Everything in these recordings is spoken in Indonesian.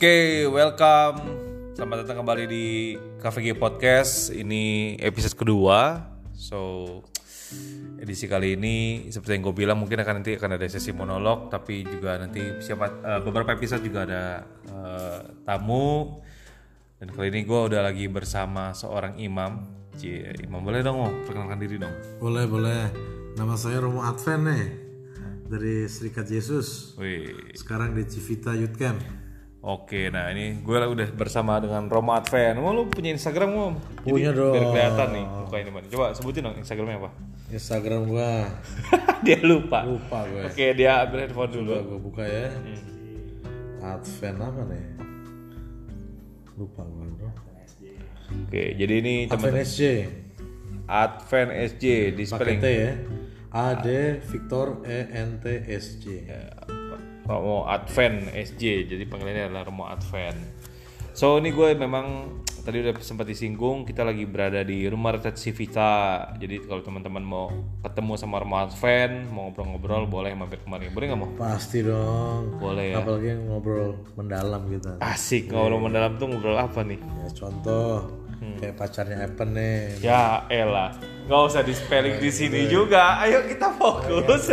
Oke, welcome. Selamat datang kembali di KVG Podcast. Ini episode kedua. So, edisi kali ini seperti yang gue bilang mungkin nanti akan ada sesi monolog, tapi juga nanti beberapa episode juga ada tamu. Dan kali ini gue udah lagi bersama seorang imam. Imam, boleh dong, perkenalkan diri dong. Boleh. Nama saya Romo Advent nih, dari Serikat Yesus. Wih. Sekarang di Civita Youth Camp. Oke, nah ini gue udah bersama dengan Romo Advent. Lu punya Instagram Om? Punya dong. Biar kelihatan nih mukanya mana. Coba sebutin dong Instagramnya apa? Instagram gua. Dia lupa gue. Oke, dia ambil handphone dulu. Coba gua buka ya. Advent apa nih? Lupa gua bro. Oke, jadi ini Advent SJ. Advent SJ di spelling. Pakai T ya. AD Victor ENT SJ. Romo Advent SJ, jadi panggilannya adalah Romo Advent. So ini gue memang tadi udah sempat disinggung, kita lagi berada di rumah retret Civita. Jadi kalau teman-teman mau ketemu sama Romo Advent, mau ngobrol-ngobrol, boleh mampir kemari. Boleh nggak mau? Pasti dong. Boleh ya. Apalagi ngobrol mendalam kita. Asik, ngobrol mendalam tuh ngobrol apa nih? Ya contoh kayak pacarnya Epen nih. Ya elah, nggak usah di spelling di sini juga. Ayo kita fokus.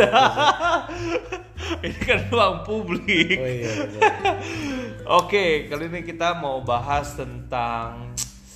Ini kan ruang publik. Oh iya. Oke, kali ini kita mau bahas tentang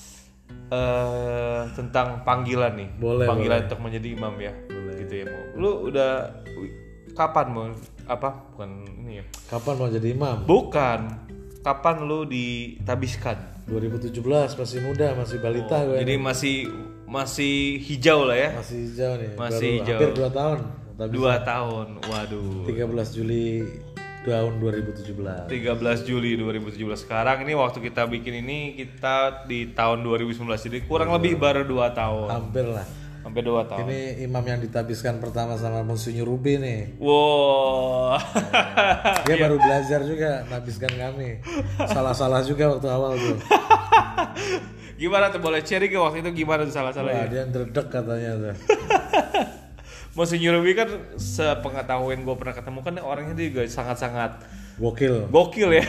panggilan nih. Panggilan untuk menjadi imam ya. Boleh. Gitu ya, mau. Lu udah kapan mau Bukan ini ya. Kapan mau jadi imam? Bukan. Kapan lu ditabiskan? 2017, masih muda, masih balita gue. Jadi masih hijau lah ya. Masih hijau nih. Masih baru hijau. Hampir 2 tahun. 2 tahun. Waduh. 13 Juli tahun 2017. 13 Juli 2017. Sekarang ini waktu kita bikin ini kita di tahun 2019. Jadi kurang lebih baru 2 tahun. Hampir lah. Hampir 2 tahun. Ini imam yang ditabiskan pertama sama Monsinyur Ruby nih. Wow. Dia baru belajar juga nabiskan kami. Salah-salah juga waktu awal tuh. Gimana tuh, boleh sharing ke waktu itu gimana tuh salah-salahnya? Wah, dia ndredeg katanya tuh. Monsinyur Ruby kan sepengetahuan gue pernah ketemu kan orangnya juga sangat-sangat Gokil ya.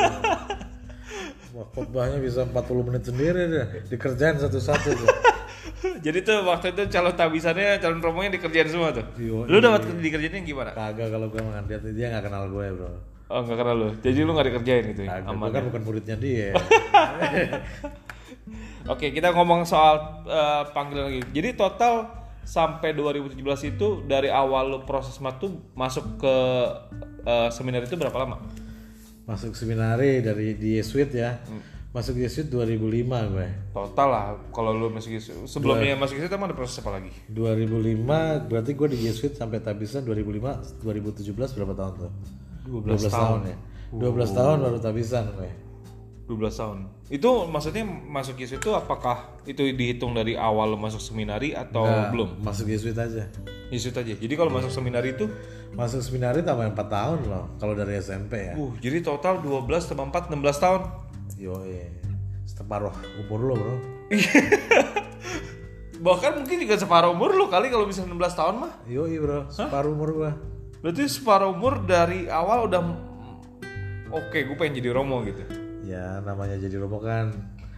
Wah, khotbahnya bisa 40 menit sendiri deh. Dikerjain satu-satu tuh. Jadi tuh waktu itu calon romonya dikerjain semua tuh. Yo, Lu dapat dikerjainnya gimana? Kagak, kalau gue makan dia nggak kenal gue bro. Oh, nggak kenal lu. Jadi lu nggak dikerjain gitu ya? Kagak, gue kan bukan muridnya dia. Oke, kita ngomong soal panggilan lagi. Jadi total sampai 2017 itu dari awal lu proses masuk ke seminar itu berapa lama? Masuk seminari di Yesuit ya. Masuk Yesuit 2005 gue. Total lah kalau lu masuk Yesuit. Sebelumnya masuk Yesuit emang ada proses apa lagi? 2005 berarti gue di Yesuit sampai tabisan 2005 2017 berapa tahun tuh? 12 tahun ya. 12 tahun baru tabisan gue. 12 tahun. Itu maksudnya masuk Yesuit itu apakah itu dihitung dari awal lu masuk seminari atau belum? Masuk Yesuit aja. Yesuit aja. Jadi kalau masuk seminari itu Masuk seminari tambah 4 tahun loh kalau dari SMP ya. jadi total 12 tambah 4 16 tahun. Yoi. Separuh umur lo bro. Bahkan mungkin juga separuh umur lu kali kalau bisa 16 tahun mah. Yoi bro, separuh umur gua. Berarti separuh umur dari awal udah oke, gue pengen jadi romo gitu. Ya namanya jadi romo kan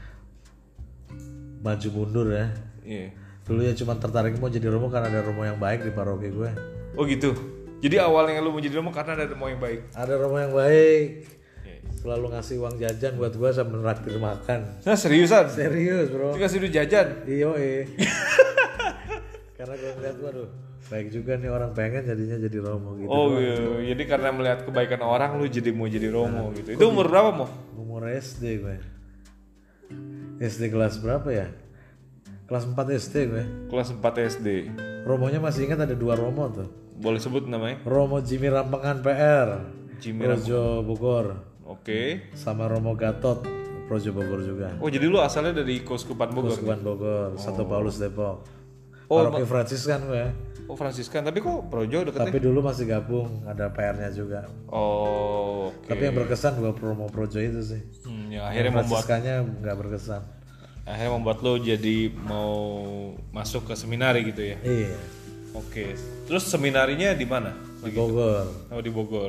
maju mundur ya. Iya. Dulu ya cuma tertarik mau jadi romo karena ada romo yang baik di paroki gue. Oh gitu. Jadi awalnya lu mau jadi romo karena ada romo yang baik. Ada romo yang baik. Selalu ngasih uang jajan buat gue sama menraktir makan. Nah seriusan? Serius bro. Dikasih duit jajan? Iya. Karena gue ngeliat waduh baik juga nih orang pengen jadinya jadi romo gitu. Oh iya. Jadi karena melihat kebaikan orang lu jadi mau jadi romo gitu. Itu umur berapa mo? Umur SD gue. SD kelas berapa ya? Kelas 4 SD gue. Kelas 4 SD. Romonya masih ingat ada 2 romo tuh. Boleh sebut namanya? Romo Jimmy Rampengan PR. Jimmy Projo Bogor. Oke. Sama Romo Gatot Projo Bogor juga. Oh jadi lu asalnya dari Keuskupan Bogor? Keuskupan Bogor, Satu Paulus Depok. Oh, Paroki Fransiskan gue. Oh Fransiskan, tapi kok Projo deketnya? Tapi dulu masih gabung, ada PR-nya juga. Oh oke. Tapi yang berkesan gue Romo Projo itu sih. Yang akhirnya membuat Fransiskannya nggak berkesan. Akhirnya membuat lo jadi mau masuk ke seminari gitu ya? Iya. Oke. Terus seminarinya di mana? Di Bogor. Oh di Bogor.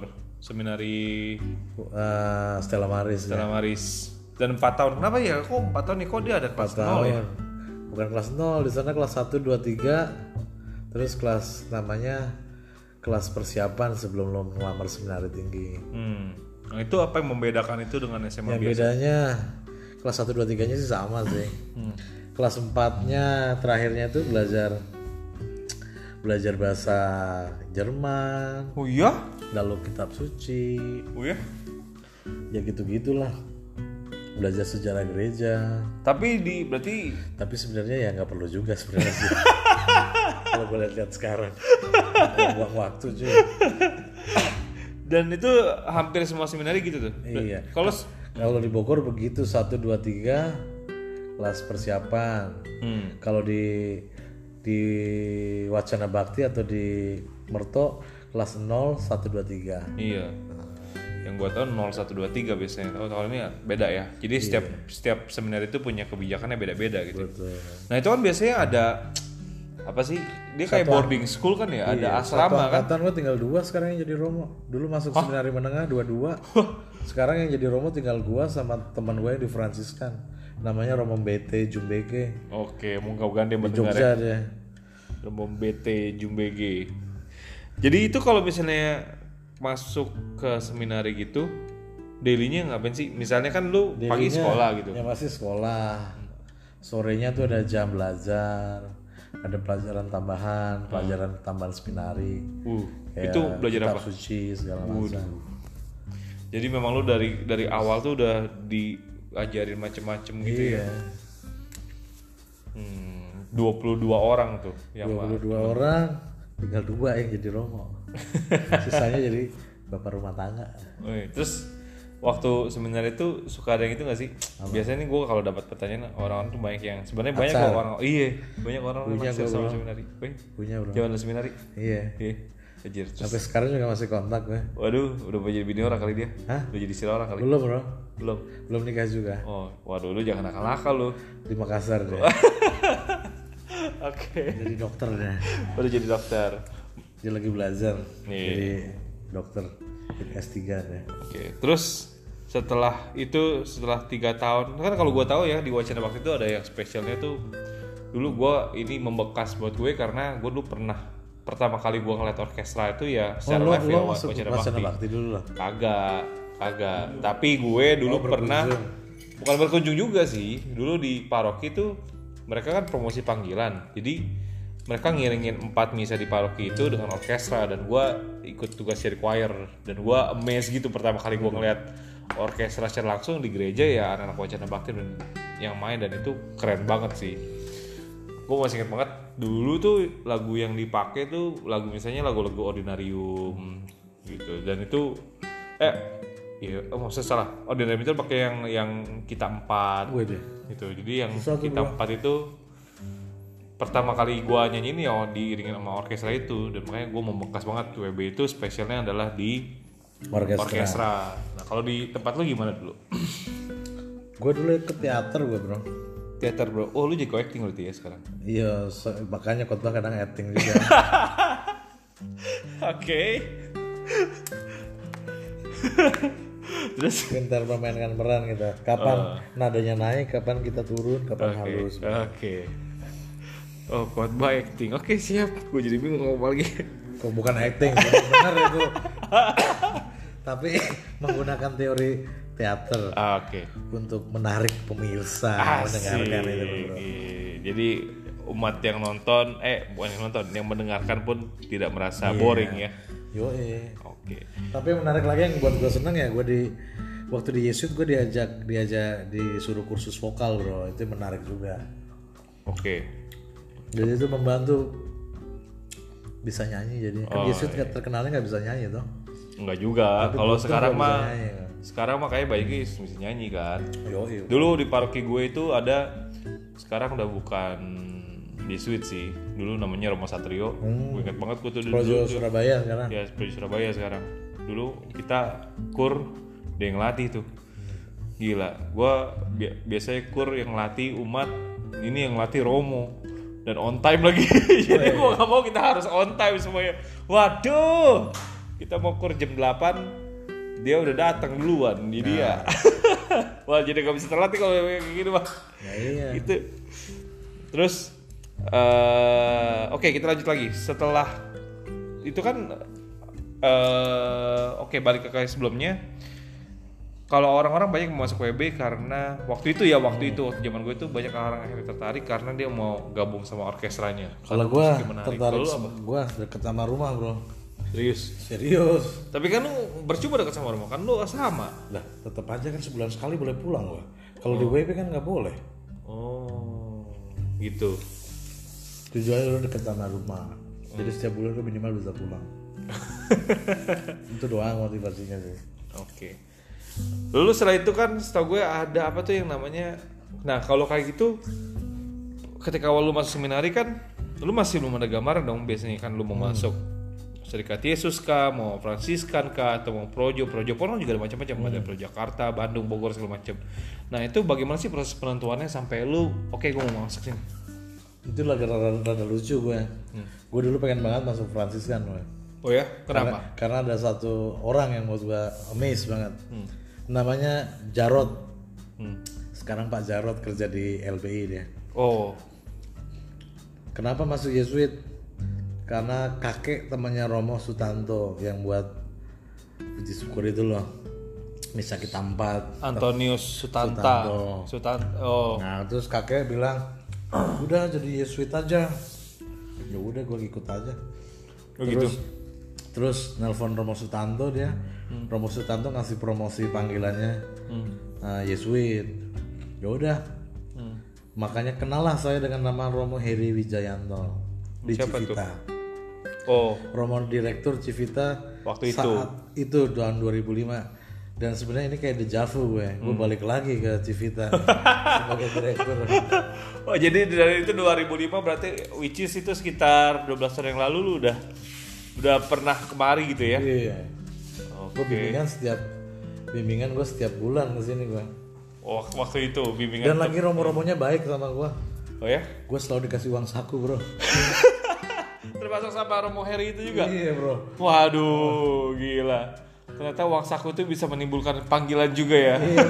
seminari Stella Maris. Stella Maris. Dan 4 tahun. Kenapa ya? Kok 4 tahun nih? Kok dia ada kelas 0 ya? Bukan kelas 0, di sana kelas 1, 2, 3. Terus kelas namanya kelas persiapan sebelum lo ngelamar seminari tinggi. Nah, itu apa yang membedakan itu dengan SMA Yang biasa? bedanya kelas 1, 2, 3 nya sih sama sih. Kelas 4 nya terakhirnya tuh belajar bahasa Jerman, Oh iya? lalu kitab suci, Oh iya? ya gitu-gitulah. Belajar sejarah gereja. Tapi berarti Tapi sebenarnya ya nggak perlu juga sebenarnya sih. Kalau gue lihat sekarang, buang waktu cuy. dan itu hampir semua seminari gitu tuh. Iya. Kalau di Bogor begitu 1, 2, 3 kelas persiapan. Kalau di Wacana Bakti atau di Merto kelas 0, 1, 2, 3. iya. Yang gua tahu 0, 1, 2, 3 biasanya. Kalau ini beda ya. Jadi setiap seminari itu punya kebijakannya beda-beda gitu. Betul. Nah, itu kan biasanya ada apa sih? Dia kayak boarding school kan ya, ada asrama kan. Angkatan gue tinggal 2 sekarang yang jadi Romo. Dulu masuk seminari menengah 22. Sekarang yang jadi Romo tinggal gue sama teman gue yang di Fransiskan. Namanya Romo BT Jumbege. Oke, mudah-mudahan dia Di mendengar Jogja ya. dia. Romo BT Jumbege. Jadi itu kalau misalnya masuk ke seminari gitu, daily-nya ngapain sih? Misalnya kan lu pagi Dirinya, sekolah gitu. Ya masih sekolah. Sorenya tuh ada jam belajar. Ada pelajaran tambahan seminari. Itu belajar kitab apa? suci segala macam. Jadi memang lu dari awal tuh udah diajarin macem-macem gitu ya. 22 orang tuh yang 22 orang, tinggal 2 yang jadi Romo. Sisanya jadi bapak rumah tangga. Terus waktu seminar itu suka ada yang itu nggak sih? Biasanya nih gue kalau dapat pertanyaan orang-orang tuh banyak yang sebenarnya banyak kok orang. Iya, banyak orang yang masih sama seminari. Punya bro. Jangan seminari. Iya. Anjir. Terus, Sampai sekarang juga masih kontak gue. waduh, udah mau jadi bini orang kali dia. Hah? Udah jadi istri orang kali. Belum bro. Belum nikah juga. Oh, waduh, lu jangan nakal-nakal lu. Di Makassar deh. Oke. Jadi dokter deh. Udah jadi dokter. Dia lagi belajar. Iya. Jadi dokter. Jadi S3 deh. Oke. Terus setelah 3 tahun kan kalau gue tahu ya di Wacana Bakti itu ada yang spesialnya tuh dulu gue ini membekas buat gue karena gue dulu pertama kali gue ngeliat orkestra itu ya secara live ya masuk Wacana Bakti dulu lah. Kagak. Tapi gue dulu pernah bukan berkunjung juga sih. Dulu di paroki tuh mereka kan promosi panggilan. Jadi mereka ngiringin 4 misa di paroki itu dengan orkestra dan gue ikut tugas jadi choir dan gue amazed gitu pertama kali gue ngeliat orkestra secara langsung di gereja ya anak-anak Wacana Bakti dan yang main dan itu keren banget sih. Gue masih inget banget dulu tuh lagu yang dipakai tuh misalnya lagu-lagu Ordinarium gitu dan itu maksudnya salah. Ordinarium itu pakai yang kita 4 gitu. Jadi yang kita 4 itu pertama kali gue nyanyiin ya diiringin sama orkestra itu dan makanya gue membekas banget WB itu spesialnya adalah di orkestra. Nah kalau di tempat lu gimana dulu? Gue dulu ke teater gue bro. Teater bro. Oh lu jago acting berarti ya sekarang? Iya makanya khotbah kadang acting juga. Oke. Terus Pintar memainkan peran kita. Kapan nadanya naik, kapan kita turun, kapan halus. Oke. Oh khotbah acting. Oke siap. Gue jadi bingung ngomong lagi. Kok bukan acting, benar itu. Tapi menggunakan teori teater untuk menarik pemirsa mendengarkan itu bro. Jadi umat yang nonton, bukan yang nonton, yang mendengarkan pun tidak merasa boring ya. Oke. Tapi yang menarik lagi yang buat gue seneng ya, waktu di Yesuit gue diajak disuruh kursus vokal bro, itu menarik juga. Oke. Jadi itu membantu bisa nyanyi jadi kan Yesuit terkenalnya nggak bisa nyanyi toh. Enggak juga. Kalau sekarang mah nyanyi, kan? Sekarang mah kayak banyak bisa nyanyi kan. Yoi. Dulu di paroki gue itu ada, sekarang udah bukan Yesuit sih. Dulu namanya Romo Satrio. Gue ingat banget gue tuh dulu. Projo Surabaya sekarang. Ya, Projo Surabaya sekarang. Dulu kita kur dia yang latih tuh. Gila. Gue biasanya kur yang latih umat, ini yang latih Romo. Dan on time lagi. Jadi gue gak mau kita harus on time semuanya. Waduh. Kita mau kur jam 8 dia udah datang duluan jadi ya. Wah jadi gak bisa terlatih kalau kayak gini mah. Ya, iya. Gitu. Terus oke, kita lanjut lagi. Setelah itu kan oke, balik ke kayak sebelumnya. Kalau orang-orang banyak mau masuk WB karena waktu itu zaman gue itu banyak orang akhirnya tertarik karena dia mau gabung sama orkestranya. Kalau gue tertarik, gue deket sama rumah bro. Serius. Tapi kan lu bercoba deket sama rumah, kan lu asrama. Lah tetap aja kan sebulan sekali boleh pulang gue. Kalau di WB kan nggak boleh. Oh, gitu. Tujuannya lu deket sama rumah. Jadi setiap bulan lu minimal bisa pulang. Itu doang motivasinya sih. Oke. Lalu setelah itu kan setahu gue ada apa tuh yang namanya, nah kalau kayak gitu ketika awal lu masuk seminari kan lu masih belum ada gambaran dong biasanya kan lu mau masuk Serikat Yesus kah, mau Fransiskan kah, atau mau Projo Pon juga ada macam-macam, ada Pro Jakarta, Bandung, Bogor segala macam. Nah itu bagaimana sih proses penentuannya sampai lu oke, gue mau masuk sini? Itu lagi rada lucu gue. Gue dulu pengen banget masuk Fransiskan gue. Oh ya, kenapa? Karena ada satu orang yang buat gue amazed banget. Namanya Jarod. Sekarang Pak Jarod kerja di LBI dia. Oh. Kenapa masuk Yesuit? Karena kakek temannya Romo Sutanto yang buat puji syukur itu loh. Misa kita 4. Antonius Sutanto. Oh. Nah, terus kakek bilang, "Udah jadi Yesuit aja." Ya udah gue ikut aja. Oh, gitu. Terus nelpon Romo Sutanto dia. Romo Sutanto ngasih promosi panggilannya Yesuit. Ya udah. Makanya kenallah saya dengan nama Romo Heri Wijayanto di Siapa Civita. Tuh? Oh, Romo Direktur Civita waktu saat itu tahun 2005. Dan sebenarnya ini kayak deja vu gue balik lagi ke Civita sebagai direktur. Oh jadi dari itu 2005 berarti which is itu sekitar 12 tahun yang lalu lu udah pernah kemari gitu ya? Iya. Gue bimbingan gue setiap bulan kesini gue. Oh waktu itu bimbingan. Dan lagi romo-romonya baik sama gue. Oh ya? Gue selalu dikasih uang saku bro. Termasuk sama Romo Heri itu juga? Iya bro. Waduh gila. Ternyata uang saku itu bisa menimbulkan panggilan juga ya? Iya,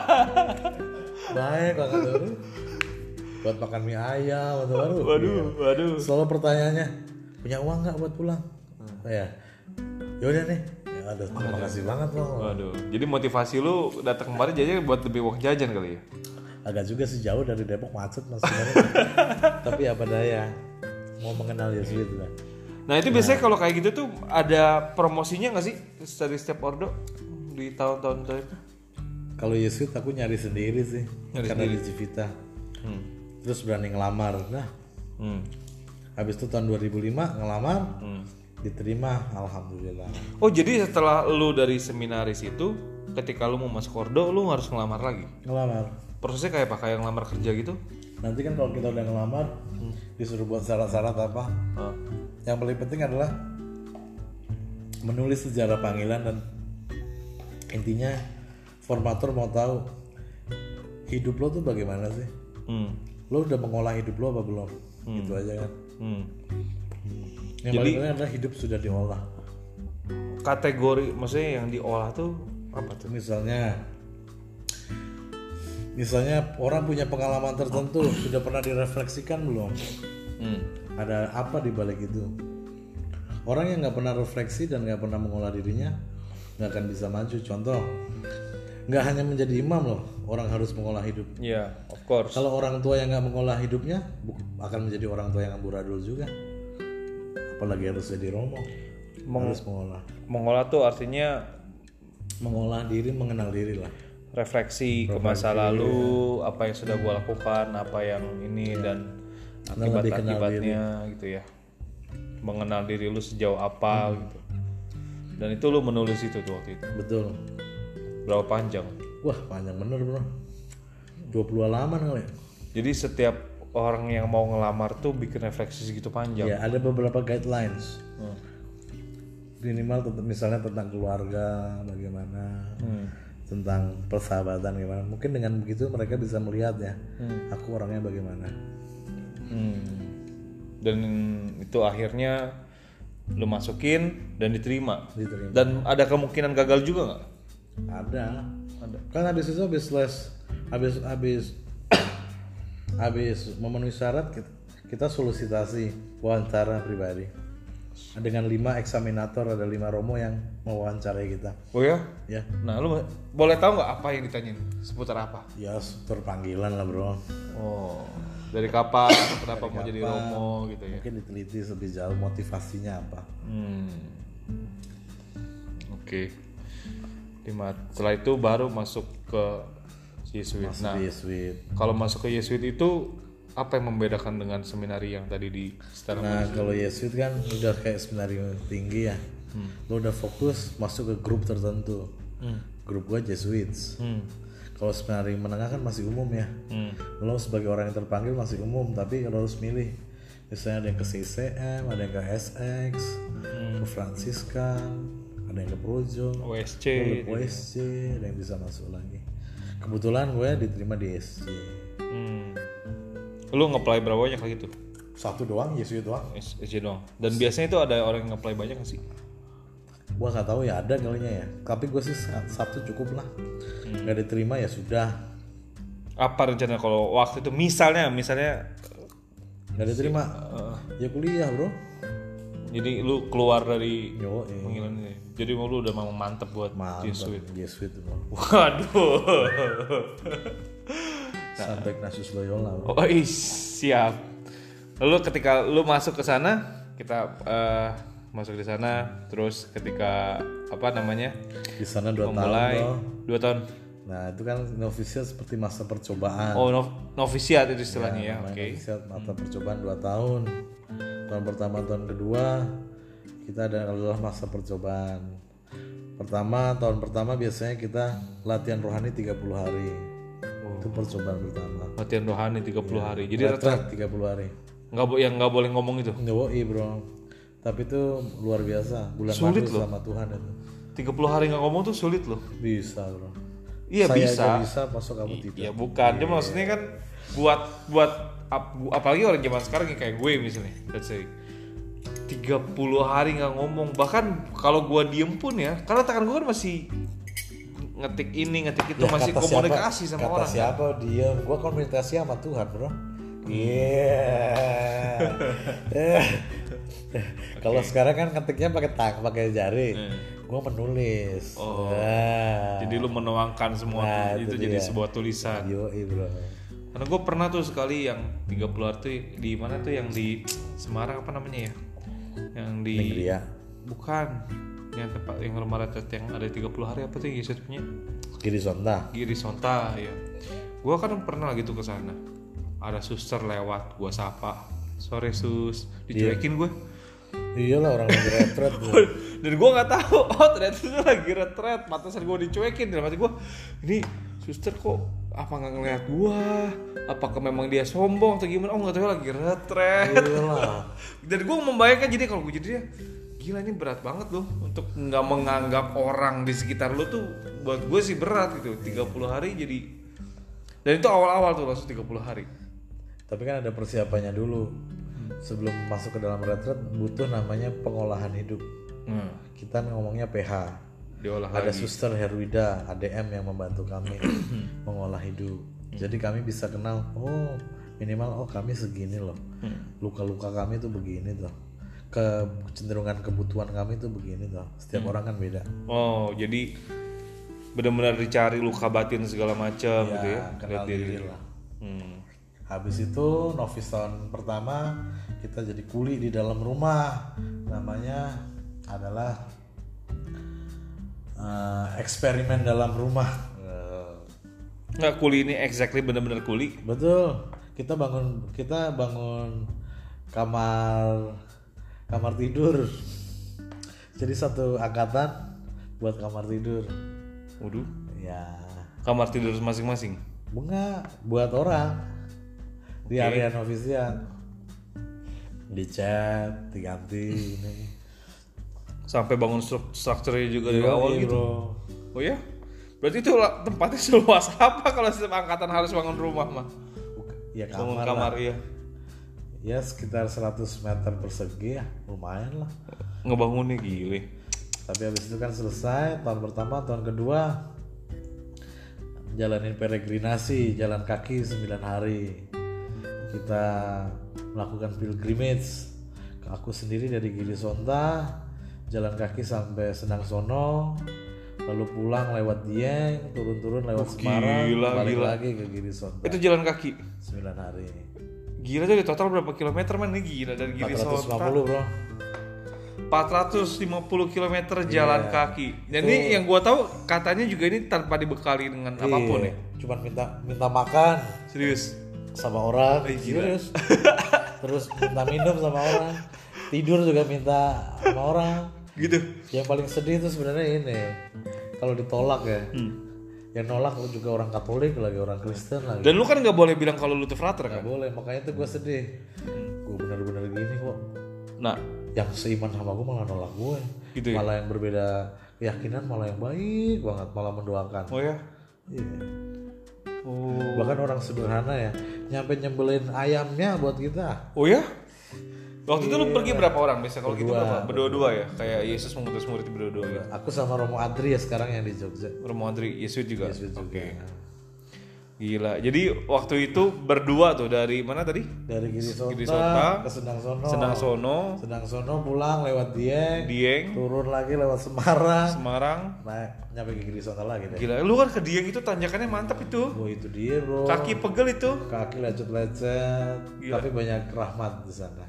baik banget bro. Buat makan mie ayam atau baru. Waduh. Selalu pertanyaannya, punya uang nggak buat pulang? Ya udah nih. Ya aduh, terima kasih banget loh. Waduh. Jadi motivasi lu datang kemari jajan buat lebih uang jajan kali ya? Agak juga sih jauh dari Depok, macet mas sebenarnya. Tapi apa daya, mau mengenal Yesuit lah. Nah itu biasanya kalau kayak gitu tuh ada promosinya nggak sih dari setiap ordo di tahun-tahun itu? Kalau Yesuit aku nyari sendiri sih, karena di Civita. Terus berani ngelamar. Nah, habis itu tahun 2005 ngelamar, diterima, alhamdulillah. Oh jadi setelah lu dari seminaris itu, ketika lu mau masuk ordo, lu harus ngelamar lagi? Ngelamar. Prosesnya kayak apa? Kayak ngelamar kerja gitu? Nanti kan kalau kita udah ngelamar, disuruh buat syarat-syarat apa? Yang paling penting adalah menulis sejarah panggilan, dan intinya formator mau tahu hidup lo tuh bagaimana sih? Lo udah mengolah hidup lo apa belum? Gitu aja kan. Yang paling penting adalah hidup sudah diolah. Kategori maksudnya yang diolah tuh apa tuh? Misalnya orang punya pengalaman tertentu, sudah pernah direfleksikan belum? Ada apa di balik itu? Orang yang nggak pernah refleksi dan nggak pernah mengolah dirinya nggak akan bisa maju. Contoh, nggak hanya menjadi imam loh, orang harus mengolah hidup. Iya, of course. Kalau orang tua yang nggak mengolah hidupnya, akan menjadi orang tua yang amburadul juga. Apalagi harus jadi romo, harus mengolah. Mengolah tuh artinya mengolah diri, mengenal diri lah. Refleksi ke masa lalu, apa yang sudah gue lakukan, apa yang ini dan akibat-akibatnya gitu ya. Mengenal diri lu sejauh apa gitu. Dan itu lu menulis itu tuh waktu itu. Betul. Berapa panjang? Wah panjang bener bro, 20 halaman kali. Jadi setiap orang yang mau ngelamar tuh bikin refleksi segitu panjang. Ya ada beberapa guidelines. Minimal misalnya tentang keluarga bagaimana, tentang persahabatan gimana. Mungkin dengan begitu mereka bisa melihat ya, aku orangnya bagaimana. Dan itu akhirnya lu masukin dan diterima. Dan ada kemungkinan gagal juga nggak? Ada. Kan habis itu habis memenuhi syarat kita solicitasi wawancara pribadi. Dengan 5 eksaminator, ada 5 romo yang mewawancarai kita. Oh ya? Ya. Nah, lu boleh tahu nggak apa yang ditanyain? Seputar apa? Ya, seputar panggilan lah, Bro. Oh. Dari kapan? Kenapa mau jadi romo gitu ya? Mungkin diteliti lebih jauh motivasinya apa. Oke. Setelah itu baru masuk ke Yesuit. Nah, Yesuit. kalau masuk ke Yesuit itu apa yang membedakan dengan seminari yang tadi di Setara? Nah, kalau Yesuit kan udah kayak seminari tinggi ya. Lo udah fokus masuk ke grup tertentu. Grup gua Jesuits. Kalau seminari menengah kan masih umum ya. Lo sebagai orang yang terpanggil masih umum, tapi lo harus milih. Misalnya ada yang ke CCM, ada yang ke SX, ke Fransiskan, ada yang ke Projo, OSC, ada yang bisa masuk lagi. Kebetulan gue diterima di SC. Lu nge-apply berapa banyak lagi tuh? 1 doang, Yesuit doang. SC doang. Dan biasanya itu ada orang yang nge-apply banyak gak sih? Gua nggak tahu ya, ada kalinya ya. Tapi gue sih 1 cukup lah. Nggak diterima ya sudah. Apa rencana kalau waktu itu misalnya Nggak diterima, ya kuliah bro. jadi lu keluar dari Yo, panggilan ini. Jadi lu udah memang mantep buat Yesuit. Yesuit bro. Waduh. Sampai Ignatius Loyola bro. Oh siap. Lalu ketika lu masuk ke sana, kita masuk di sana, terus ketika Di sana 2 tahun bro. 2 tahun. Nah itu kan novisiat seperti masa percobaan. Oh novisiat itu istilahnya ya. Oke. Novisiat masa percobaan 2 tahun. Tahun pertama, tahun kedua kita adalah masa percobaan. Tahun pertama biasanya kita latihan rohani 30 hari. Itu percobaan pertama. Latihan rohani 30 hari. Jadi retret 30 hari. Nggak boleh ngomong itu. Yoi bro. Tapi itu luar biasa. Bulan sulit madu loh sama Tuhan itu. 30 hari nggak ngomong tuh sulit loh. Bisa bro. Iya Saya bisa, masuk kamu tidak. Iya bukan. Dia maksudnya kan buat apalagi orang zaman sekarang yang kayak gue misalnya. Let's say 30 hari nggak ngomong. Bahkan kalau gue diem pun ya, karena tangan gue kan masih ngetik ini ngetik itu, masih komunikasi sama orang. Kata siapa dia? Gue komunikasi sama Tuhan bro. Iya. Kalau sekarang kan ngetiknya pakai jari. Gue menulis. Jadi lu menuangkan semua itu jadi sebuah tulisan. Yoi bro. Karena gue pernah tuh sekali yang 30 hari tuh di mana tuh, yang di Semarang apa namanya ya? Yang di Negria. Bukan. Yang tempat yang rumah retret yang ada 30 hari apa tuh Yesus punya? Giri Sonta ya. Gue kan pernah gitu ke sana. Ada suster lewat, gue sapa. Sore sus, dicuekin gue. Iyalah orang lagi retret. Dan gue nggak tahu, ternyata itu lagi retret. Pantesan gue dicuekin. Dalam hati gue, ini suster kok apa nggak ngeliat gue? Apakah memang dia sombong atau gimana? Oh nggak tahu, lagi retret. Iyalah. Dan gue membayangkan, jadi kalau gue jadi dia, gila ini berat banget loh untuk nggak menganggap orang di sekitar lo tuh. Buat gue sih berat gitu. 30 hari jadi. Dan itu awal-awal tuh langsung 30 hari. Tapi kan ada persiapannya dulu. Sebelum masuk ke dalam retret butuh namanya pengolahan hidup. Kita ngomongnya PH. Diolah ada lagi. Suster Herwida ADM yang membantu kami mengolah hidup. Jadi kami bisa kenal, minimal kami segini loh. Luka-luka kami tuh begini tuh. Kecenderungan kebutuhan kami tuh begini tuh. Setiap orang kan beda. Oh, jadi benar-benar dicari luka batin segala macam gitu ya. Kenal diri lah. Habis itu novis tahun pertama kita jadi kuli di dalam rumah. Namanya adalah eksperimen dalam rumah. Nggak kuli ini exactly benar-benar kuli. Betul. Kita bangun kamar tidur. Jadi satu angkatan buat kamar tidur. Waduh. Ya. Kamar tidur masing-masing. Bunga buat orang. Di area novisiat. Dicat, diganti ini. Sampai bangun strukturnya juga dari awal gitu. Bro. Oh ya? Berarti itu tempatnya seluas apa kalau setiap angkatan harus bangun rumah mah? Ya kamar ya. Ya sekitar 100 meter persegi ya, lumayan lah. Ngebangunnya gile. Tapi habis itu kan selesai tahun pertama, tahun kedua jalanin peregrinasi, jalan kaki 9 hari. Kita melakukan pilgrimage. Aku sendiri dari Girisonta jalan kaki sampai Senangsono, lalu pulang lewat Dieng, turun-turun lewat Semarang, balik lagi ke Girisonta. Itu jalan kaki 9 hari. Gila, jadi total berapa kilometer man? Ini gila dari Girisonta 450 bro. 450 km jalan kaki. Jadi yang gua tahu katanya juga ini tanpa dibekali dengan apapun ya. Cuman minta makan. Serius. Sama orang. Serius. Terus minta minum sama orang. Tidur juga minta sama orang. Gitu. Yang paling sedih itu sebenarnya ini. Kalau ditolak ya. Yang nolak juga orang Katolik lagi, orang Kristen lagi. Dan lu kan nggak boleh bilang kalau lu tuh frater kan? Nggak boleh, makanya itu gue sedih. Gue benar-benar gini kok. Nah, yang seiman sama gue malah nolak gue. Gitu ya? Malah yang berbeda keyakinan malah yang baik banget, malah mendoakan. Oh ya? Iya. Oh. Bahkan orang sederhana ya, nyampe nyembelin ayamnya buat kita. Oh ya? Waktu itu lu pergi berapa orang biasa? Kalau gitu berapa? Berdua-dua ya? Kayak Yesus mengutus murid berdua-dua ya? Aku sama Romo Adri ya sekarang yang di Jogja. Romo Adri, Yesus juga? Yesus juga. Oke. Gila, jadi waktu itu berdua tuh dari mana tadi? Dari Girisonta ke Senangsono pulang lewat Dieng, turun lagi lewat Semarang, nyampe ke Girisonta lagi deh. Gila, lu kan ke Dieng itu tanjakannya mantap itu. Oh itu dia bro. Kaki pegel itu. Kaki lecet-lecet, tapi banyak rahmat di sana.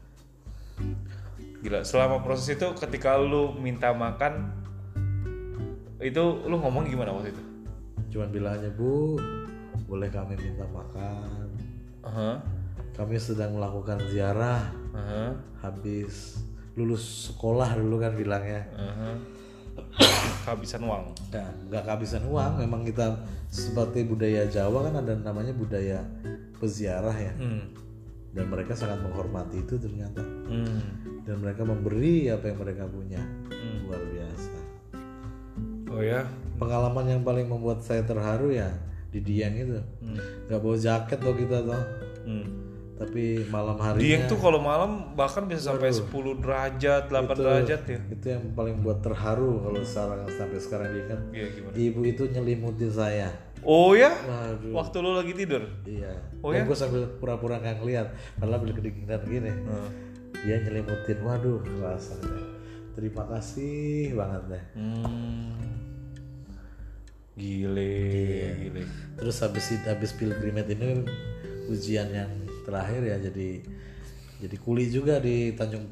Gila, selama proses itu ketika lu minta makan itu lu ngomong gimana waktu itu? Cuman bilang aja, Bu, boleh kami minta makan? Kami sedang melakukan ziarah. Habis lulus sekolah dulu kan bilangnya. Kehabisan uang. Nah, nggak kehabisan uang. Memang kita seperti budaya Jawa kan ada namanya budaya peziarah ya. Dan mereka sangat menghormati itu ternyata. Dan mereka memberi apa yang mereka punya. Luar biasa. Oh ya. Pengalaman yang paling membuat saya terharu ya di Dieng itu. Gak bawa jaket loh kita tuh. Tapi malam harinya Dieng tuh kalau malam bahkan bisa sampai 10 derajat, 8 derajat ya. Itu yang paling buat terharu kalau sampai sekarang diingat. Ibu itu nyelimuti saya. Oh ya? Waduh. Waktu lu lagi tidur? Iya. Oh ya? Gue sambil pura-pura gak ngeliat karena beli kedinginan gini. Dia nyelimutin, waduh rasanya. Terima kasih banget deh. Gile. Terus habis pilgrimage ini ujian yang terakhir ya jadi kuli juga di Tanjung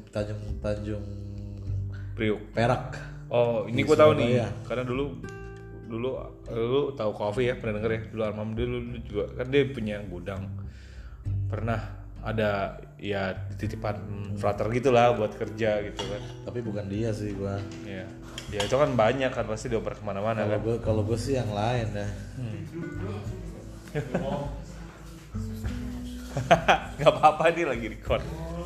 Priuk, Perak. Oh ini gue tahu nih karena dulu lu tahu Coffee ya, pernah denger ya? Dulu Armam dulu juga kan dia punya gudang, pernah ada ya titipan frater gitulah buat kerja gitu kan. Tapi bukan dia sih gua. Ya itu kan banyak kan pasti dioper kemana-mana kan. Kalau gue sih yang lain ya. Gak apa-apa nih lagi record.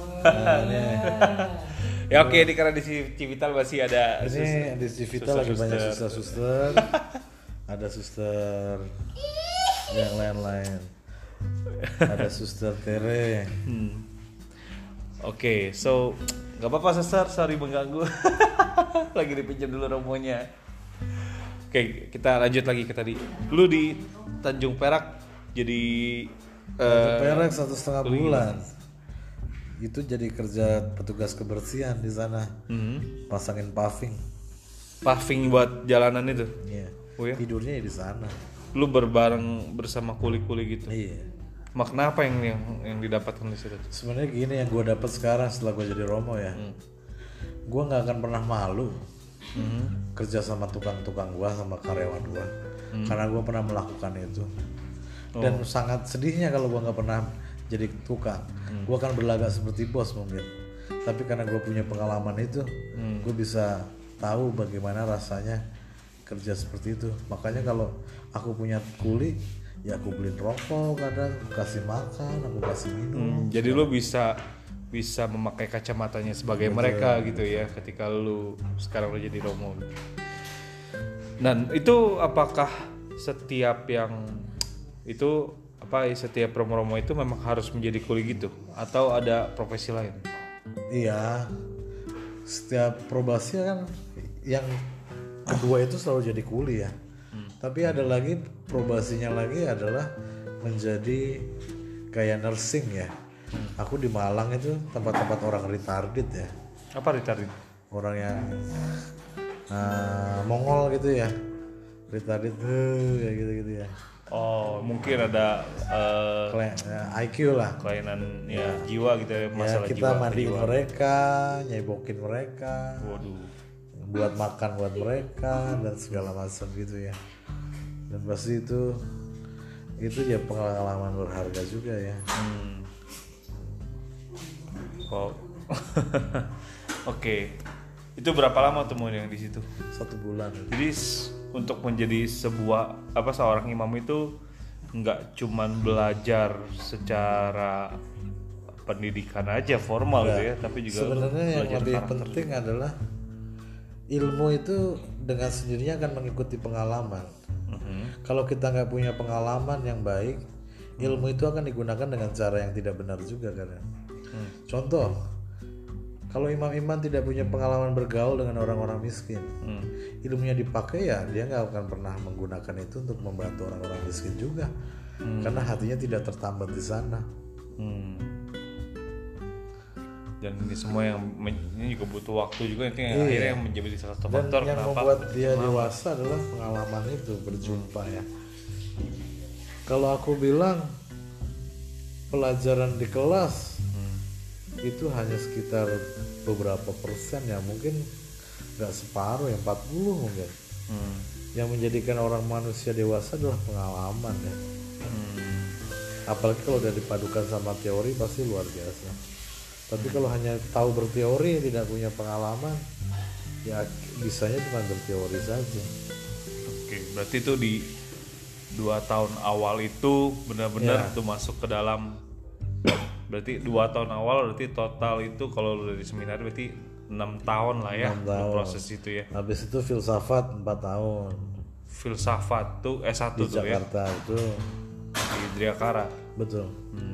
Ya oke, ini karena di Civital masih ada. Ini di Civital lagi banyak suster. Ada suster yang lain-lain. Ada suster Tere. Oke, so gak apa-apa suster, sorry mengganggu. Lagi dipinjam dulu romonya. Oke, kita lanjut lagi ke tadi. Lu di Tanjung Perak jadi Perak 1,5 bulan. Itu jadi kerja petugas kebersihan di sana. Pasangin paving buat jalanan itu. Iya. Oh ya? Tidurnya di sana. Lu berbareng bersama kuli-kuli gitu. Iya. Makna apa yang didapatkan di situ? Sebenarnya gini yang gue dapat sekarang setelah gue jadi Romo ya. Gue nggak akan pernah malu kerja sama tukang-tukang gue, sama karyawan gue, karena gue pernah melakukan itu. Dan sangat sedihnya kalau gue nggak pernah jadi tukang. Gue akan berlagak seperti bos mungkin. Tapi karena gue punya pengalaman itu, gue bisa tahu bagaimana rasanya kerja seperti itu. Makanya kalau aku punya kuli, ya aku beliin rokok, kadang aku kasih makan, aku kasih minum. Jadi lu bisa memakai kacamatanya sebagai mereka gitu ya, ketika lu sekarang lu jadi Romo. Dan itu apakah setiap Romo-Romo itu memang harus menjadi kuli gitu, atau ada profesi lain? Iya, setiap probasi kan yang kedua itu selalu jadi kuli ya. Tapi ada lagi probasinya lagi adalah menjadi kayak nursing ya. Aku di Malang itu tempat-tempat orang retarded ya. Apa retarded? Orang yang Mongol gitu ya. Retarded kayak gitu-gitu ya. Oh, mungkin ada IQ lah. kelainan ya jiwa gitu ya, masalah Kita jiwa. mandiin mereka, nyebokin mereka, Waduh. buat makan buat mereka dan segala macam gitu ya. Dan pasti itu ya pengalaman berharga juga ya. Oh. Oke. Itu berapa lama temuan yang di situ? 1 bulan. Jadi untuk menjadi seorang imam itu nggak cuman belajar secara pendidikan aja formal gitu ya, tapi juga Sebenarnya yang belajar lebih karakter. penting adalah ilmu itu dengan sendirinya akan mengikuti pengalaman. Kalau kita nggak punya pengalaman yang baik, ilmu itu akan digunakan dengan cara yang tidak benar juga kadang. Contoh, kalau imam-imam tidak punya pengalaman bergaul dengan orang-orang miskin, ilmunya dipakai ya dia nggak akan pernah menggunakan itu untuk membantu orang-orang miskin juga, karena hatinya tidak tertambat di sana. Dan ini semua ini juga butuh waktu juga, itu yang akhirnya yang menjadi salah satu Dan faktor yang kenapa membuat dia dewasa adalah pengalaman itu berjumpa ya. Kalau aku bilang pelajaran di kelas itu hanya sekitar beberapa persen ya, mungkin nggak separuh ya, 40 mungkin. Yang menjadikan orang manusia dewasa adalah pengalaman ya. Apalagi kalau udah dipadukan sama teori pasti luar biasa. Tapi kalau hanya tahu berteori tidak punya pengalaman, ya bisanya cuma berteori saja. Oke, berarti itu di 2 tahun awal itu benar-benar tuh masuk ke dalam. Berarti 2 tahun awal berarti total itu kalau dari seminar berarti 6 tahun lah ya 6 tahun. proses itu ya. Habis itu filsafat 4 tahun Filsafat tuh S1 di tuh ya Jakarta itu. di Driakara. Betul.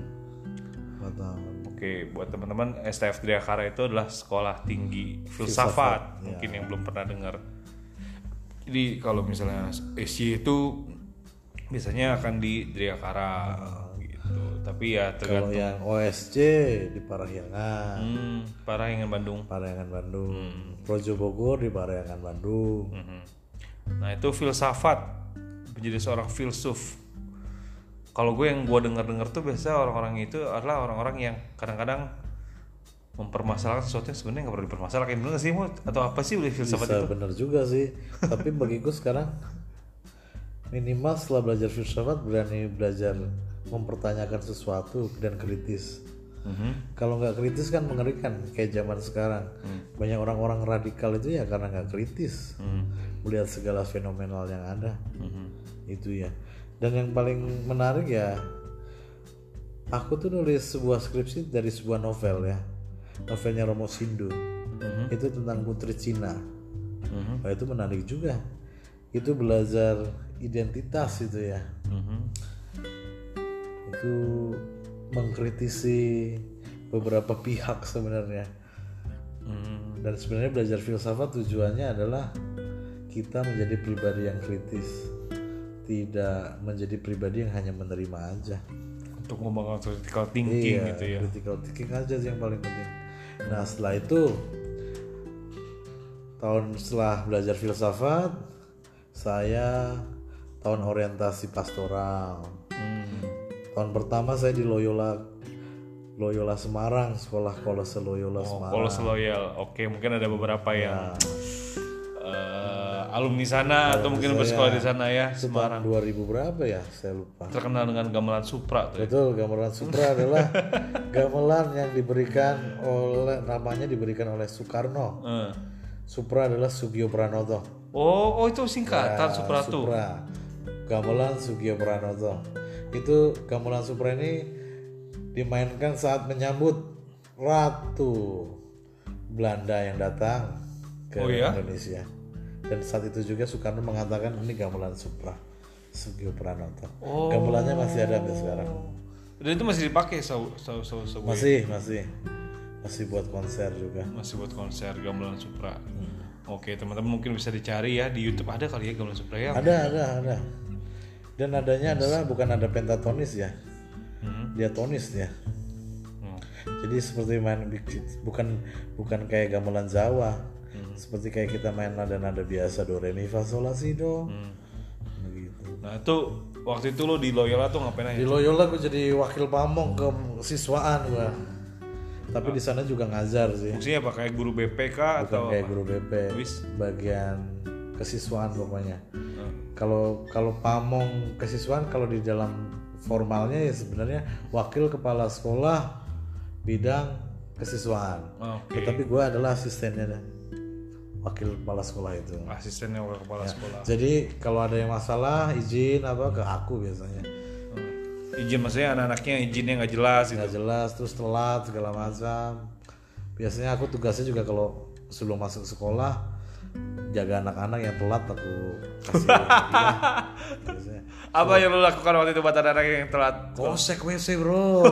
4 tahun. Oke, buat teman-teman, STF Driakara itu adalah sekolah tinggi filsafat. Mungkin yang belum pernah dengar. Jadi kalau misalnya SY itu biasanya akan di Driakara gitu. Tapi ya Kalau tergantung. yang OSC di Parahyangan. Parahyangan Bandung. Parahyangan Bandung. Projo Bogor di Parahyangan Bandung. Nah itu filsafat, menjadi seorang filsuf. Kalau yang gue dengar tuh biasa orang-orang itu adalah orang-orang yang kadang-kadang mempermasalahkan sesuatu yang sebenarnya nggak perlu dipermasalahkan, bener nggak sih Mut? Atau apa sih udah filsafat Bisa itu? bener juga sih. Tapi bagiku sekarang minimal setelah belajar filsafat berani belajar mempertanyakan sesuatu dan kritis. Kalau nggak kritis kan mengerikan kayak zaman sekarang. Banyak orang-orang radikal itu ya karena nggak kritis melihat segala fenomenal yang ada. Itu ya. Dan yang paling menarik ya, aku tuh nulis sebuah skripsi dari sebuah novel ya, novelnya Romo Sindu. Itu tentang putri Cina. Wah, itu menarik juga. Itu belajar identitas itu ya. Itu mengkritisi beberapa pihak sebenarnya. Dan sebenarnya belajar filsafat tujuannya adalah kita menjadi pribadi yang kritis, tidak menjadi pribadi yang hanya menerima aja. Untuk membangun critical thinking gitu ya. Critical thinking aja sih yang paling penting. Nah setelah itu, tahun setelah belajar filsafat, saya tahun orientasi pastoral. Tahun pertama saya di Loyola Semarang, sekolah Kolose Loyola Semarang. Kolose Loyal, oke, mungkin ada beberapa yang alumni sana atau mungkin bersekolah di sana ya, Semarang. Tahun 2000 berapa ya? Saya lupa. Terkenal dengan gamelan Supra tuh. Betul, gamelan Supra adalah gamelan yang namanya diberikan oleh Soekarno. Supra adalah Sugio Pranoto. Oh itu singkatan Supra tuh. Supra. Gamelan Sugio Pranoto. Itu gamelan Supra ini dimainkan saat menyambut Ratu Belanda yang datang ke Indonesia. Dan saat itu juga Soekarno mengatakan ini gamelan Supra Sugio Pranoto. Gamelannya masih ada sampai sekarang. Dan itu masih dipakai Masih buat konser juga. Masih buat konser gamelan Supra. Oke, teman-teman mungkin bisa dicari ya di YouTube, ada kali ya gamelan Supriyam. Ada. Dan nadanya adalah bukan nada pentatonis ya. Diatonis ya. Jadi seperti main bukan kayak gamelan Jawa. Seperti kayak kita main nada-nada biasa do re mi fa sol la si do. Begitu. Nah, itu waktu itu lo di Loyola tuh ngapain aja? Di Loyola gue jadi wakil pamong ke siswaan gue. Tapi di sana juga ngajar sih. Fungsinya apa, kayak guru BPK Bukan atau kayak apa? guru BP. Bagian kesiswaan pokoknya. Kalau pamong kesiswaan, kalau di dalam formalnya ya sebenarnya wakil kepala sekolah bidang kesiswaan. Oke. Tetapi gue adalah asistennya dah. Wakil kepala sekolah itu. Asistennya wakil kepala sekolah. Jadi kalau ada yang masalah izin apa ke aku biasanya. Izin maksudnya anak-anaknya izinnya nggak jelas gitu. Nggak jelas terus telat segala macam. Biasanya aku tugasnya juga kalau sebelum masuk sekolah jaga anak-anak yang telat, aku kasih hadiah. Biasanya. Apa yang lo lakukan waktu itu buat anak-anak yang telat? Kosek WC bro.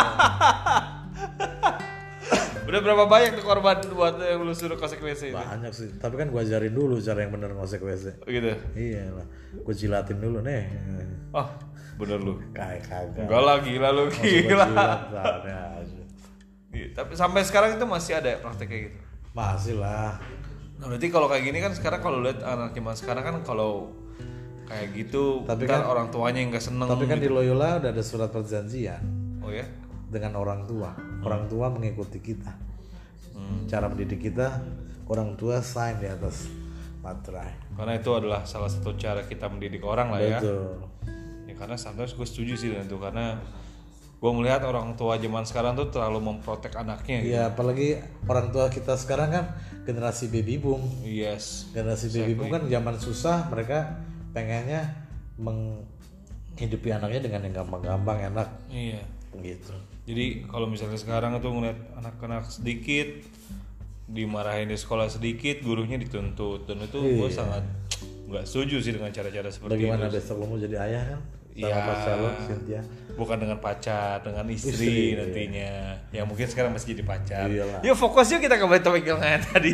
Udah berapa banyak tuh korban buat yang lu suruh kosek WC itu? Banyak sih, tapi kan gue ajarin dulu cara yang bener ngosek WC. Gitu? Iya lah, gue jilatin dulu nih. Oh, bener lu? Kagak. Enggak lah, gila lu, gila. Jilat, Tapi sampai sekarang itu masih ada praktek kayak gitu? masih lah. Nah berarti kalau kayak gini kan sekarang kalau lihat anak zaman sekarang kan kalau kayak gitu, Tapi kan kan- orang tuanya yang nggak seneng. Tapi kan di Loyola udah ada surat perjanjian Oh ya? dengan orang tua. Orang tua mengikuti kita. Cara mendidik kita, orang tua sign di atas materai. Karena itu adalah salah satu cara kita mendidik orang lah ya. Betul. Ya karena sometimes gue setuju sih dengan itu, karena gue melihat orang tua zaman sekarang tuh terlalu memprotek anaknya gitu. Iya, apalagi orang tua kita sekarang kan generasi baby boom. Yes. Generasi baby boom kan zaman susah, mereka pengennya menghidupi anaknya dengan yang gampang-gampang, enak Iya. gitu. Jadi kalau misalnya sekarang tuh ngeliat anak-anak sedikit dimarahin di sekolah sedikit, gurunya dituntut, dan itu gue sangat nggak setuju sih dengan cara-cara seperti Bagaimana itu. besok lo mau jadi ayah kan? Sama Iya. pacar lo, Cynthia. Bukan dengan pacar, dengan istri nantinya. Ya mungkin sekarang masih jadi pacar. Iyalah. Yuk fokus yuk kita kembali topik yang lain tadi.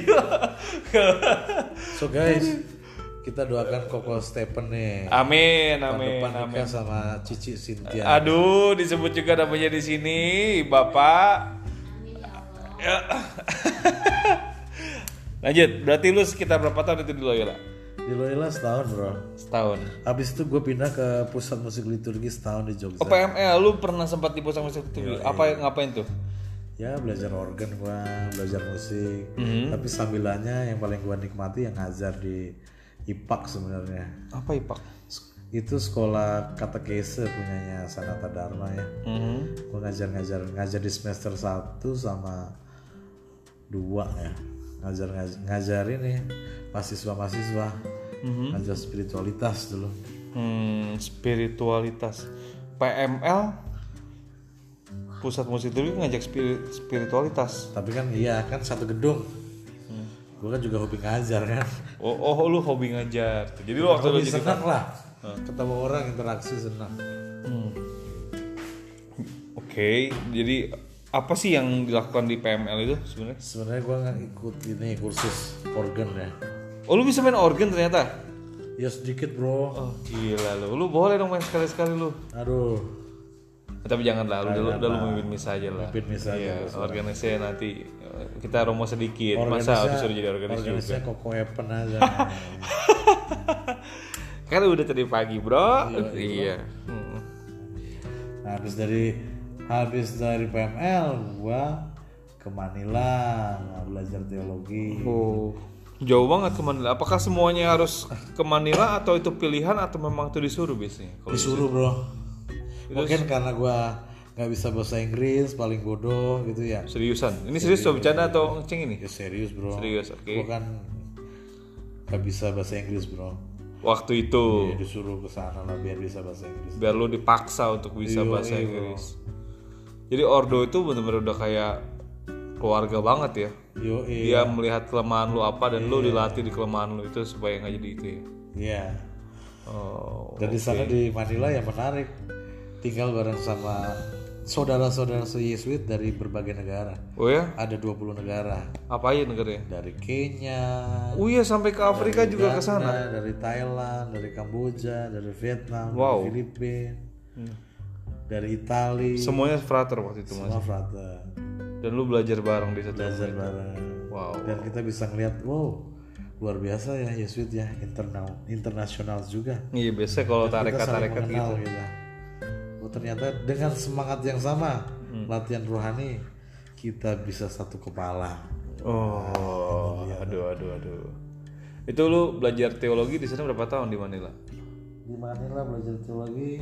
So guys, kita doakan Koko Stephen nih. Amin, Tahun amin, depan amin. nikah sama Cici Cynthia. Aduh, disebut juga namanya di sini, Bapak. Ya. Lanjut, berarti lu sekitar berapa tahun itu di Loyola? Di Loyola setahun bro. Setahun. Habis itu gue pindah ke pusat musik liturgi setahun di Jogja. Oh, PML, lu pernah sempat di pusat musik itu? Apa ngapain tuh? Ya belajar organ gua, belajar musik. Tapi sambilannya yang paling gua nikmati yang ngajar di IPAK sebenarnya. Apa IPAK? Itu sekolah katekese punyanya Sanata Dharma ya. Gua ngajar di semester 1 sama 2 ya. Ngajar ini mahasiswa ngajar spiritualitas dulu. Spiritualitas. PML pusat musik itu ngajak spiritualitas. Tapi kan iya kan satu gedung. Gue kan juga hobi ngajar kan. Oh, lu hobi ngajar. Jadi lu waktu lu Hobi jadi senang lah. Ketemu orang interaksi senang. Oke, jadi apa sih yang dilakukan di PML itu sebenarnya? Sebenarnya gue nggak ikut ini kursus organ ya. Oh, lu bisa main organ ternyata? Ya sedikit bro. Oh, gila lu. Lu boleh dong main sekali-sekali lu. Aduh. Tapi jangan lah, udah lu mimpin misa aja lah. Mimpin misa aja, Iya, organisasi nanti kita romo sedikit. Masa disuruh jadi organis juga? Organisasinya Koko Epen aja. Kan udah tadi pagi bro. Iya. Nah, habis dari PML gua ke Manila belajar teologi. Oh, jauh banget ke Manila. Apakah semuanya harus ke Manila atau itu pilihan atau memang itu disuruh biasanya? Kalau Disuruh bro. Mungkin karena gua nggak bisa bahasa Inggris, paling bodoh gitu ya. seriusan? Ini serius atau bercanda atau ngeceng ini? Ya serius bro. Serius, oke. Gua kan nggak bisa bahasa Inggris bro. Waktu itu Ya, disuruh ke sana lah biar bisa bahasa Inggris. biar lu dipaksa untuk bisa bahasa Inggris. Jadi Ordo itu benar-benar udah kayak keluarga banget ya. Yo, Dia melihat kelemahan lu apa dan lu dilatih di kelemahan lu itu supaya nggak jadi itu ya. Iya. Oh, Dan di sana di Manila yang menarik, tinggal bareng sama saudara-saudara se-Yesuit dari berbagai negara. Oh ya? Ada 20 negara. Apa aja negaranya? Dari Kenya. Oh iya, sampai ke Afrika juga ke sana. Dari Thailand, dari Kamboja, dari Vietnam, Wow. dari Filipina, dari Italia. Semuanya frater waktu itu, Mas. Semua frater. Dan lu belajar bareng di satu Belajar rumah itu. bareng. Wow. Dan kita bisa ngeliat, wow, luar biasa ya Yesuit ya, internasional juga. Iya, biasa kalau Kita saling tarekat-tarekat gitu. mengenal kita. Oh ternyata dengan semangat yang sama, latihan rohani, kita bisa satu kepala. Oh, aduh. Itu lu belajar teologi di sana berapa tahun di Manila? Di Manila belajar teologi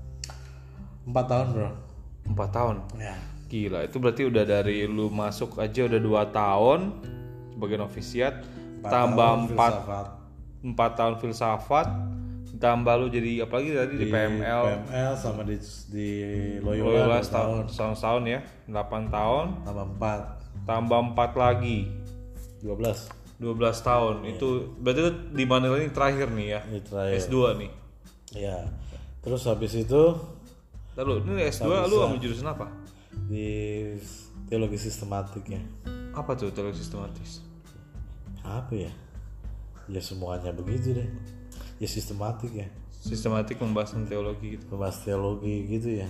4 tahun bro. 4 tahun. Ya. Gila, itu berarti udah dari lu masuk aja udah 2 tahun sebagai novisiat, tambah 4 tahun filsafat, tambah lu jadi apalagi tadi di PML sama di Loyola Loyola 2 tahun. setahun ya, 8 tahun, tambah 4 lagi 12 tahun. Itu berarti itu di Manila ini terakhir nih ya. ini terakhir. S2 nih. Ya. Terus habis itu Lalu ini S2 lu ambil jurusan apa? di teologi sistematik ya. Apa tuh teologi sistematis? Apa ya? Ya semuanya begitu deh. Ya sistematik ya. Sistematik membahas tentang teologi gitu. Membahas teologi gitu ya.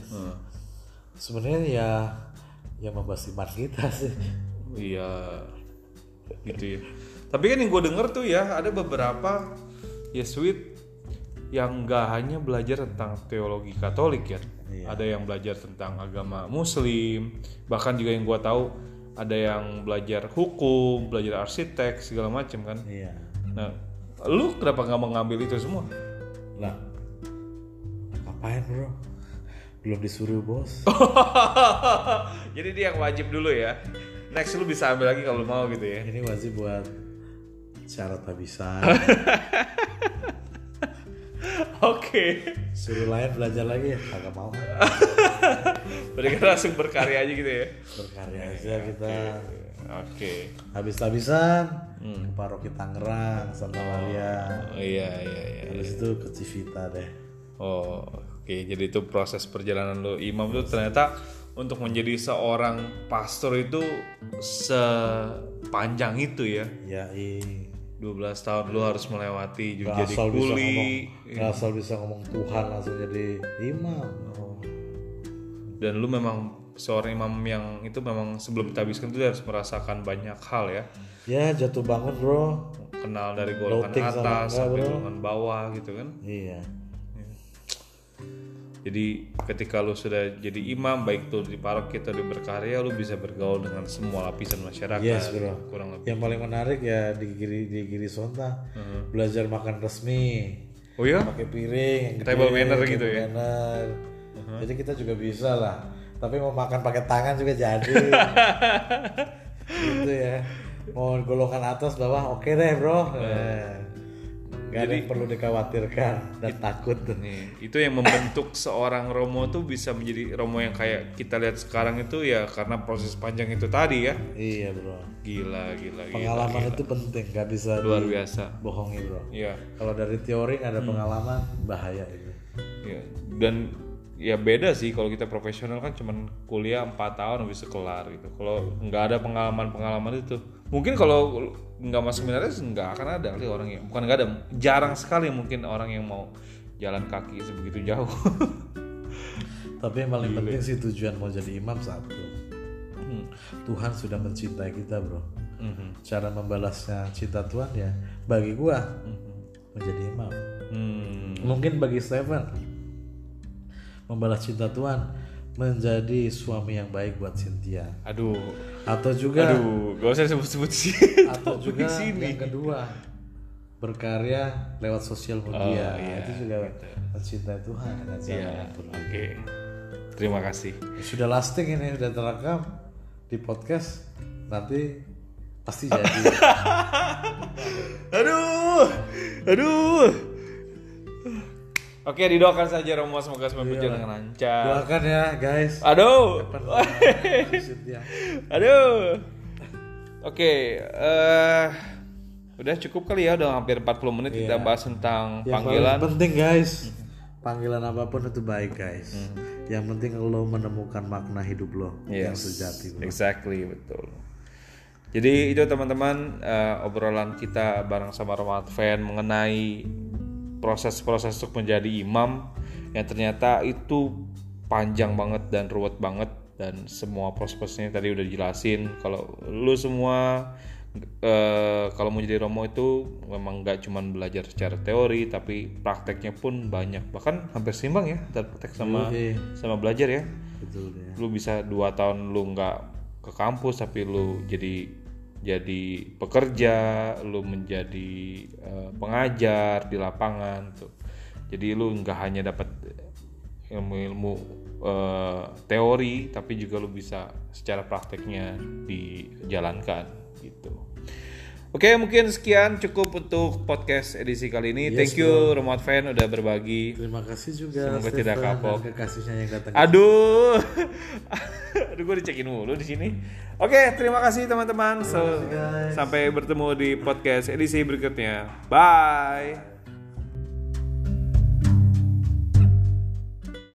Sebenarnya ya membahas iman kita sih. Iya, gitu ya. Tapi kan yang gue denger tuh ya, ada beberapa Yesuit yang nggak hanya belajar tentang teologi Katolik ya. Iya. Ada yang belajar tentang agama Muslim, bahkan juga yang gue tahu ada yang belajar hukum, belajar arsitek segala macam kan. Iya. Nah, lu kenapa nggak mengambil itu semua? Lah, ngapain bro? Belum disuruh bos. Jadi dia yang wajib dulu ya. Next lu bisa ambil lagi kalau lu mau gitu ya. Ini wajib buat syarat habisan. Oke. Suruh lain belajar lagi ya, kagak mau. Mereka langsung berkarya aja gitu ya. Berkarya aja kita. Oke. Habis-habisan ke paroki Tangerang, Santa Maria. Oh, iya. Habis itu ke Civita deh. Oh, oke. Jadi itu proses perjalanan lo imam tuh ternyata untuk menjadi seorang pastor itu sepanjang itu ya. Ya, 12 tahun lu harus melewati Gak jadi asal bisa kuli. gak asal bisa ngomong Tuhan langsung jadi imam. Dan lu memang seorang imam yang itu memang sebelum ditabiskan itu harus merasakan banyak hal ya. Ya jatuh bangun bro. Kenal dari golongan Loading sama atas sampai bro. golongan bawah gitu kan. Iya. Jadi ketika lu sudah jadi imam, baik tuh di paroki atau di berkarya, lu bisa bergaul dengan semua lapisan masyarakat. Yes bro. Kurang lebih. Yang paling menarik ya di Giri Sonta belajar makan resmi. Oh ya? Pakai piring yang gede, Table manner gitu table ya? manner. Jadi kita juga bisa lah. Tapi mau makan pakai tangan juga jadi. Gitu ya. Mau golongan atas bawah oke deh bro. Gak ada yang perlu dikhawatirkan dan takut. Nih, itu yang membentuk seorang Romo tuh bisa menjadi Romo yang kayak kita lihat sekarang itu ya karena proses panjang itu tadi ya. Iya bro. Gila. Pengalaman itu penting, gak bisa Luar biasa. bohongi bro. Iya. Kalau dari teori nggak ada pengalaman bahaya itu. Ya. Dan ya beda sih kalau kita profesional kan cuman kuliah 4 tahun habis itu kelar gitu. Kalau nggak ada pengalaman itu, mungkin kalau nggak masuk seminaris nggak akan ada kali orang yang bukan nggak ada, jarang sekali mungkin orang yang mau jalan kaki sebegitu jauh. Tapi yang paling penting sih tujuan mau jadi imam satu. Tuhan sudah mencintai kita bro. Cara membalasnya cinta Tuhan ya bagi gua menjadi imam. Mungkin bagi Stephen membalas cinta Tuhan menjadi suami yang baik buat Cynthia. Aduh, Atau juga gak usah sebut-sebut sih. atau juga yang kedua berkarya lewat sosial media. Itu juga mencintai Tuhan dengan cara yang penuh. Oke. Terima kasih. Sudah lasting ini, sudah terekam di podcast, nanti pasti jadi. Aduh. Oke, didoakan saja Romo, semoga semua berjalan dengan lancar. Doakan ya guys. Aduh. Cynthia. Aduh. Oke, udah cukup kali ya, udah hampir 40 menit kita bahas tentang Yang panggilan. paling penting guys, panggilan apapun itu baik guys. Yang penting lo menemukan makna hidup lo yang sejati, bro. Exactly, betul. Jadi itu teman-teman, obrolan kita bareng sama Romo Advent mengenai proses-proses untuk menjadi imam yang ternyata itu panjang banget dan ruwet banget, dan semua prosesnya tadi udah dijelasin. Kalau lu semua kalau mau jadi romo itu memang nggak cuma belajar secara teori, tapi prakteknya pun banyak, bahkan hampir seimbang ya antara praktek sama belajar ya. Betul ya. Lu bisa 2 tahun lu nggak ke kampus tapi lu jadi pekerja, lu menjadi pengajar di lapangan tuh. Jadi lu nggak hanya dapat ilmu teori, tapi juga lu bisa secara prakteknya dijalankan gitu. Oke, mungkin sekian cukup untuk podcast edisi kali ini. Thank you Romo Advent udah berbagi. Terima kasih juga. Semoga tidak kapok. Kekasihnya yang datang. Aduh, gue dicekin mulu di sini. Oke, terima kasih teman-teman. Sampai bertemu di podcast edisi berikutnya. Bye.